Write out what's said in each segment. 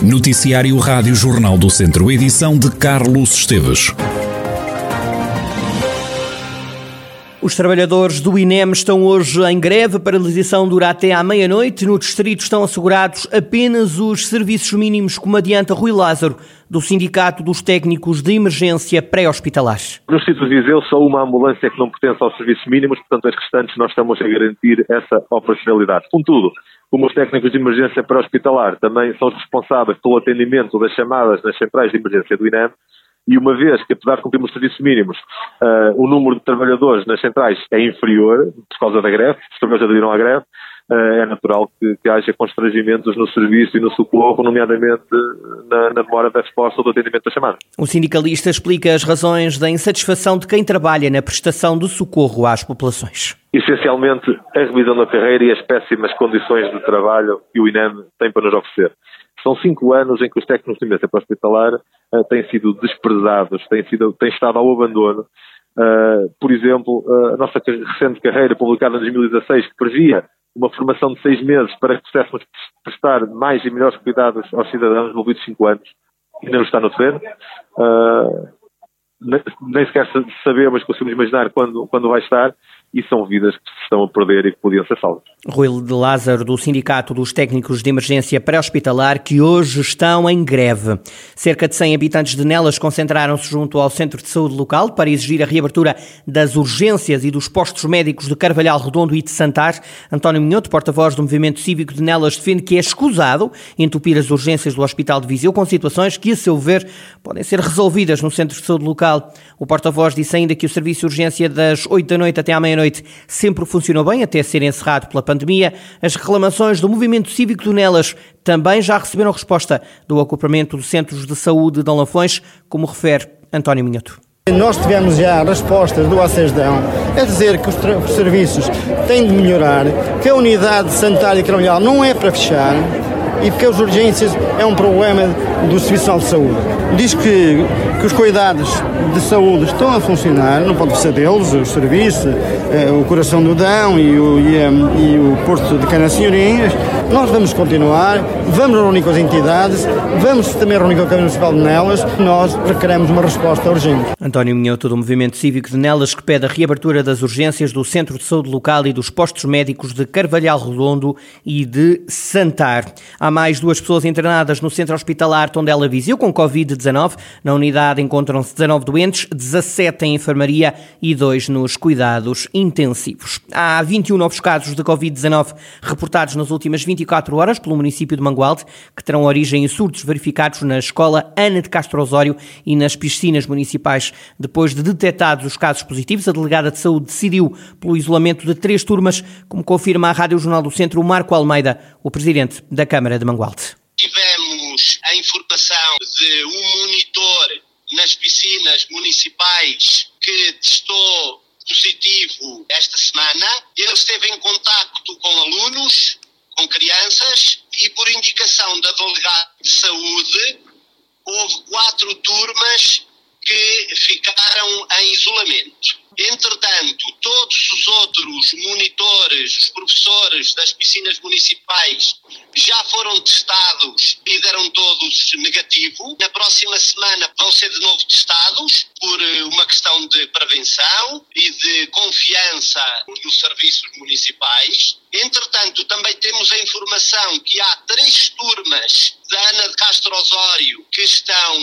Noticiário Rádio Jornal do Centro, edição de Carlos Esteves. Os trabalhadores do INEM estão hoje em greve. A paralisação dura até à meia-noite. No distrito estão assegurados apenas os serviços mínimos, como adianta Rui Lázaro, do Sindicato dos Técnicos de Emergência Pré-Hospitalares. No distrito de Viseu, só uma ambulância que não pertence aos serviços mínimos, portanto, as restantes nós estamos a garantir essa operacionalidade. Contudo, como os técnicos de emergência pré-hospitalar também são responsáveis pelo atendimento das chamadas nas centrais de emergência do INEM, e uma vez que, apesar de cumprirmos os serviços mínimos, o número de trabalhadores nas centrais é inferior, por causa da greve, os trabalhadores aderiram à greve, é natural que haja constrangimentos no serviço e no socorro, nomeadamente na demora da resposta ou do atendimento da chamada. O sindicalista explica as razões da insatisfação de quem trabalha na prestação de socorro às populações. Essencialmente, a revisão da carreira e as péssimas condições de trabalho que o INEM tem para nos oferecer. São 5 anos em que os técnicos de emergência pré-hospitalar têm sido desprezados, têm estado ao abandono. Por exemplo, a nossa recente carreira, publicada em 2016, que previa uma formação de 6 meses para que pudéssemos prestar mais e melhores cuidados aos cidadãos envolvidos 5 anos, ainda não está no terreno. Nem sequer sabemos, conseguimos imaginar quando vai estar, e são vidas que se estão a perder e que podiam ser salvas. Rui Lázaro, do Sindicato dos Técnicos de Emergência Pré-Hospitalar, que hoje estão em greve. Cerca de 100 habitantes de Nelas concentraram-se junto ao Centro de Saúde local para exigir a reabertura das urgências e dos postos médicos de Carvalhal Redondo e de Santar. António Minhoto, porta-voz do Movimento Cívico de Nelas, defende que é escusado entupir as urgências do Hospital de Viseu com situações que, a seu ver, podem ser resolvidas no Centro de Saúde local. O porta-voz disse ainda que o serviço de urgência das 8 da noite até à meia-noite sempre funcionou bem, até ser encerrado pela pandemia. As reclamações do Movimento Cívico de Nelas também já receberam resposta do agrupamento dos Centros de Saúde de Dom Lafões, como refere António Minhoto. Nós tivemos já respostas do ACESDão a dizer que os serviços têm de melhorar, que a unidade sanitária de Carvalhal não é para fechar e que as urgências é um problema do Serviço Nacional de Saúde. Diz que os cuidados de saúde estão a funcionar, não pode ser deles, os serviços, o Coração do Dão e o Porto de Canas Senhorinhas. Nós vamos continuar, vamos reunir com as entidades, vamos também reunir com a Câmara Municipal de Nelas. Nós requeremos uma resposta urgente. António Minhoto, do Movimento Cívico de Nelas, que pede a reabertura das urgências do Centro de Saúde Local e dos postos médicos de Carvalhal Redondo e de Santar. Há mais 2 pessoas internadas no Centro Hospitalar Tondela Viseu com Covid-19. Na unidade encontram-se 19 doentes, 17 em enfermaria e 2 nos cuidados intensivos. Há 21 novos casos de Covid-19 reportados nas últimas 24 horas pelo município de Mangualde, que terão origem em surtos verificados na escola Ana de Castro Osório e nas piscinas municipais. Depois de detectados os casos positivos, a delegada de saúde decidiu pelo isolamento de 3 turmas, como confirma a Rádio Jornal do Centro o Marco Almeida, o presidente da Câmara de Mangualde. Tivemos a informação de um monitor nas piscinas municipais que testou positivo esta semana. Ele esteve em contacto com alunos, com crianças, e por indicação da delegada de saúde houve 4 turmas que ficaram em isolamento. Entretanto, todos os outros monitores, os professores das piscinas municipais já foram testados e deram todos negativo. Na próxima semana vão ser de novo testados por uma questão de prevenção e de confiança nos serviços municipais. Entretanto, também temos a informação que há 3 turmas da Ana de Castro Osório que estão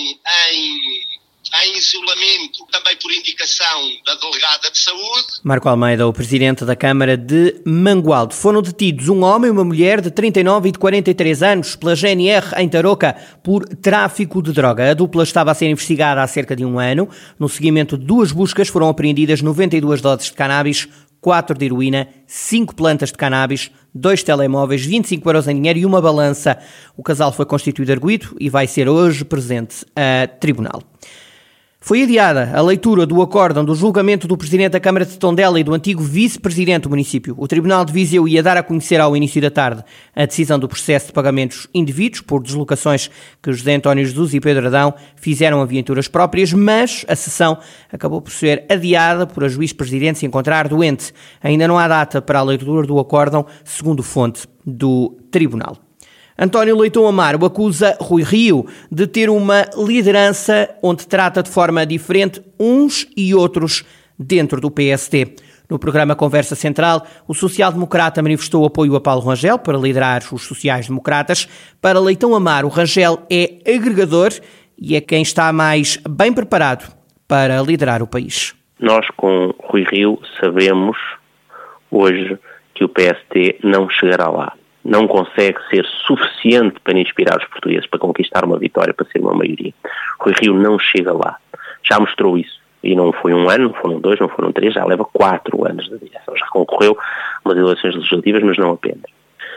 em isolamento, também por indicação da delegada de saúde. Marco Almeida, o presidente da Câmara de Mangualde. Foram detidos um homem e uma mulher de 39 e de 43 anos pela GNR em Tarouca por tráfico de droga. A dupla estava a ser investigada há cerca de 1 ano. No seguimento de 2 buscas foram apreendidas 92 doses de cannabis, 4 de heroína, 5 plantas de cannabis, 2 telemóveis, 25 euros em dinheiro e uma balança. O casal foi constituído arguido e vai ser hoje presente a tribunal. Foi adiada a leitura do acórdão do julgamento do Presidente da Câmara de Tondela e do antigo Vice-Presidente do município. O Tribunal de Viseu ia dar a conhecer ao início da tarde a decisão do processo de pagamentos indevidos por deslocações que José António Jesus e Pedro Adão fizeram a viaturas próprias, mas a sessão acabou por ser adiada por a Juiz-Presidente se encontrar doente. Ainda não há data para a leitura do acórdão, segundo fonte do Tribunal. António Leitão Amaro acusa Rui Rio de ter uma liderança onde trata de forma diferente uns e outros dentro do PSD. No programa Conversa Central, o social-democrata manifestou apoio a Paulo Rangel para liderar os sociais-democratas. Para Leitão Amaro, Rangel é agregador e é quem está mais bem preparado para liderar o país. Nós, com Rui Rio, sabemos hoje que o PSD não chegará lá. Não consegue ser suficiente para inspirar os portugueses, para conquistar uma vitória, para ser uma maioria. Rui Rio não chega lá. Já mostrou isso. E não foi 1 ano, não foram 2, não foram 3, já leva 4 anos de direção. Já concorreu umas eleições legislativas, mas não apenas.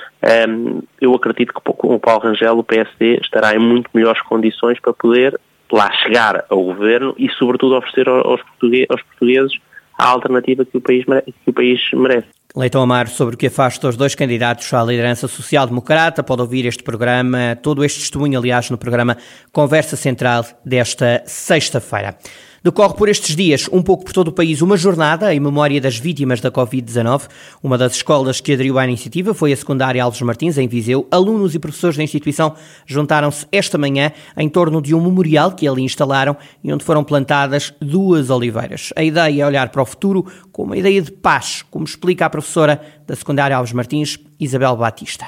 Eu acredito que com o Paulo Rangel o PSD estará em muito melhores condições para poder lá chegar ao governo e, sobretudo, oferecer aos portugueses a alternativa que o país merece. Leitão Amaro, sobre o que afasta os 2 candidatos à liderança social-democrata. Pode ouvir este programa, todo este testemunho, aliás, no programa Conversa Central desta sexta-feira. Decorre por estes dias, um pouco por todo o país, uma jornada em memória das vítimas da Covid-19. Uma das escolas que aderiu à iniciativa foi a secundária Alves Martins, em Viseu. Alunos e professores da instituição juntaram-se esta manhã em torno de um memorial que ali instalaram e onde foram plantadas 2 oliveiras. A ideia é olhar para o futuro com uma ideia de paz, como explica a professora da secundária Alves Martins, Isabel Batista.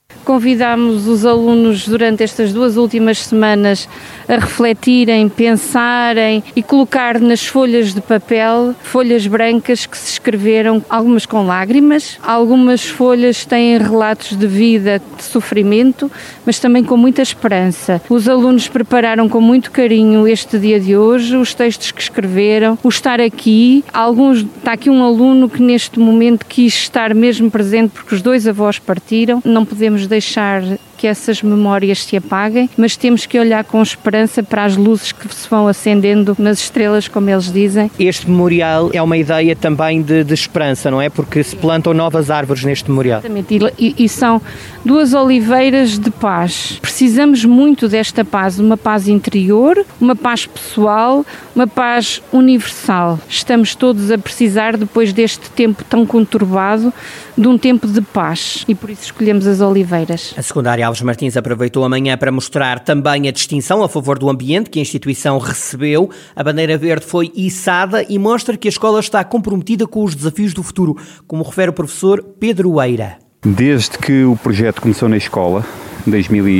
Convidámos os alunos durante estas 2 últimas semanas a refletirem, pensarem e colocar nas folhas de papel, folhas brancas que se escreveram, algumas com lágrimas, algumas folhas têm relatos de vida, de sofrimento, mas também com muita esperança. Os alunos prepararam com muito carinho este dia de hoje, os textos que escreveram, o estar aqui. Está aqui um aluno que neste momento quis estar mesmo presente porque os 2 avós partiram. Não podemos deixar que essas memórias se apaguem, mas temos que olhar com esperança para as luzes que se vão acendendo nas estrelas, como eles dizem. Este memorial é uma ideia também de esperança, não é? Porque se plantam novas árvores neste memorial. Exatamente, e são 2 oliveiras de paz. Precisamos muito desta paz, uma paz interior, uma paz pessoal, uma paz universal. Estamos todos a precisar, depois deste tempo tão conturbado, de um tempo de paz, e por isso escolhemos as oliveiras. A secundária Alves Martins aproveitou amanhã para mostrar também a distinção a favor do ambiente que a instituição recebeu. A bandeira verde foi içada e mostra que a escola está comprometida com os desafios do futuro, como refere o professor Pedro Eira. Desde que o projeto começou na escola, em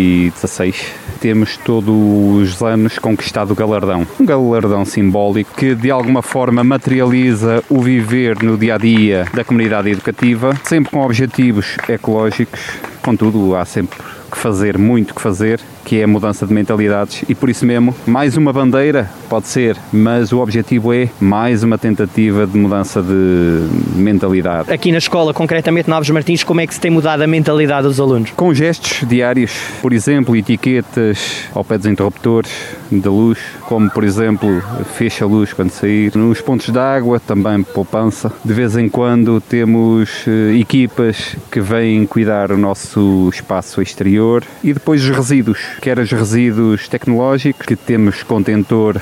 2016, temos todos os anos conquistado o galardão. Um galardão simbólico que de alguma forma materializa o viver no dia-a-dia da comunidade educativa, sempre com objetivos ecológicos. Contudo, há sempre muito que fazer, que é a mudança de mentalidades, e por isso mesmo, mais uma bandeira pode ser, mas o objetivo é mais uma tentativa de mudança de mentalidade. Aqui na escola, concretamente na Alves Martins, como é que se tem mudado a mentalidade dos alunos? Com gestos diários, por exemplo, etiquetas ao pé dos interruptores da luz, como por exemplo, fecha a luz quando sair. Nos pontos de água, também poupança. De vez em quando temos equipas que vêm cuidar o nosso espaço exterior, e depois os resíduos, quer os resíduos tecnológicos, que temos contentor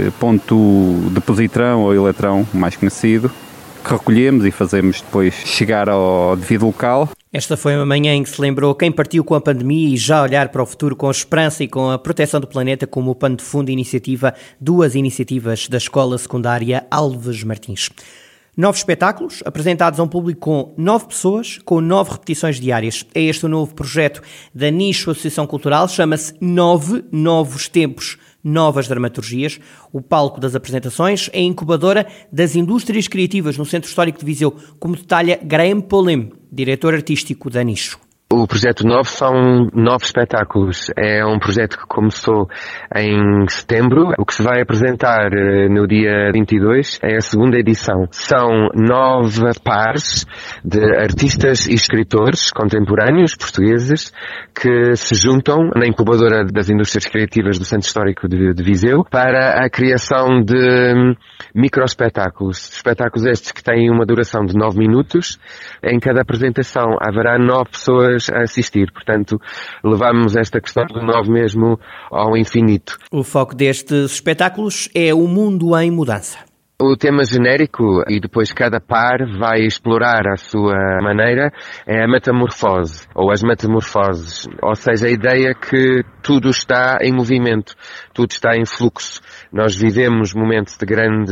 ponto de positrão ou eletrão, mais conhecido, que recolhemos e fazemos depois chegar ao devido local. Esta foi uma manhã em que se lembrou quem partiu com a pandemia e já olhar para o futuro com esperança e com a proteção do planeta como o pano de fundo iniciativa, 2 iniciativas da Escola Secundária Alves Martins. 9 espetáculos apresentados a um público com 9 pessoas, com 9 repetições diárias. É este o novo projeto da Nicho Associação Cultural, chama-se 9 Novos Tempos, Novas Dramaturgias. O palco das apresentações é a incubadora das indústrias criativas no Centro Histórico de Viseu, como detalha Graham Polim, diretor artístico da Nicho. O projeto 9 são 9 espetáculos. É um projeto que começou em setembro. O que se vai apresentar no dia 22 é a 2ª edição. São 9 pares de artistas e escritores contemporâneos portugueses que se juntam na incubadora das indústrias criativas do Centro Histórico de Viseu para a criação de microespetáculos. Espetáculos estes que têm uma duração de 9 minutos. Em cada apresentação haverá 9 pessoas a assistir. Portanto, levamos esta questão do 9 mesmo ao infinito. O foco destes espetáculos é o mundo em mudança. O tema genérico, e depois cada par vai explorar à sua maneira, é a metamorfose, ou as metamorfoses, ou seja, a ideia que tudo está em movimento, tudo está em fluxo. Nós vivemos momentos de grande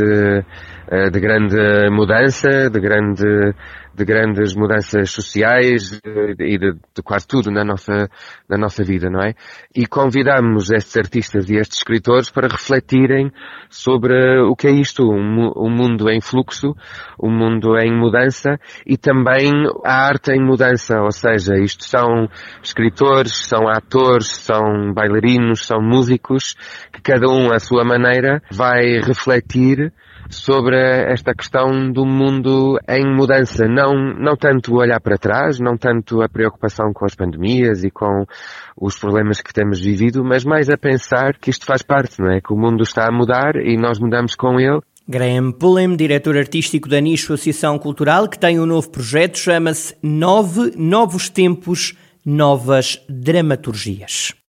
mudança, de grandes mudanças sociais e de quase tudo na nossa vida, não é? E convidamos estes artistas e estes escritores para refletirem sobre o que é isto, um mundo em fluxo, um mundo em mudança e também a arte em mudança, ou seja, isto são escritores, são atores, são bailarinos, são músicos, que cada um à sua maneira vai refletir sobre esta questão do mundo em mudança, não tanto olhar para trás, não tanto a preocupação com as pandemias e com os problemas que temos vivido, mas mais a pensar que isto faz parte, não é? Que o mundo está a mudar e nós mudamos com ele. Graham Pullen, diretor artístico da Nicho Associação Cultural, que tem um novo projeto, chama-se 9 Novos Tempos, Novas Dramaturgias.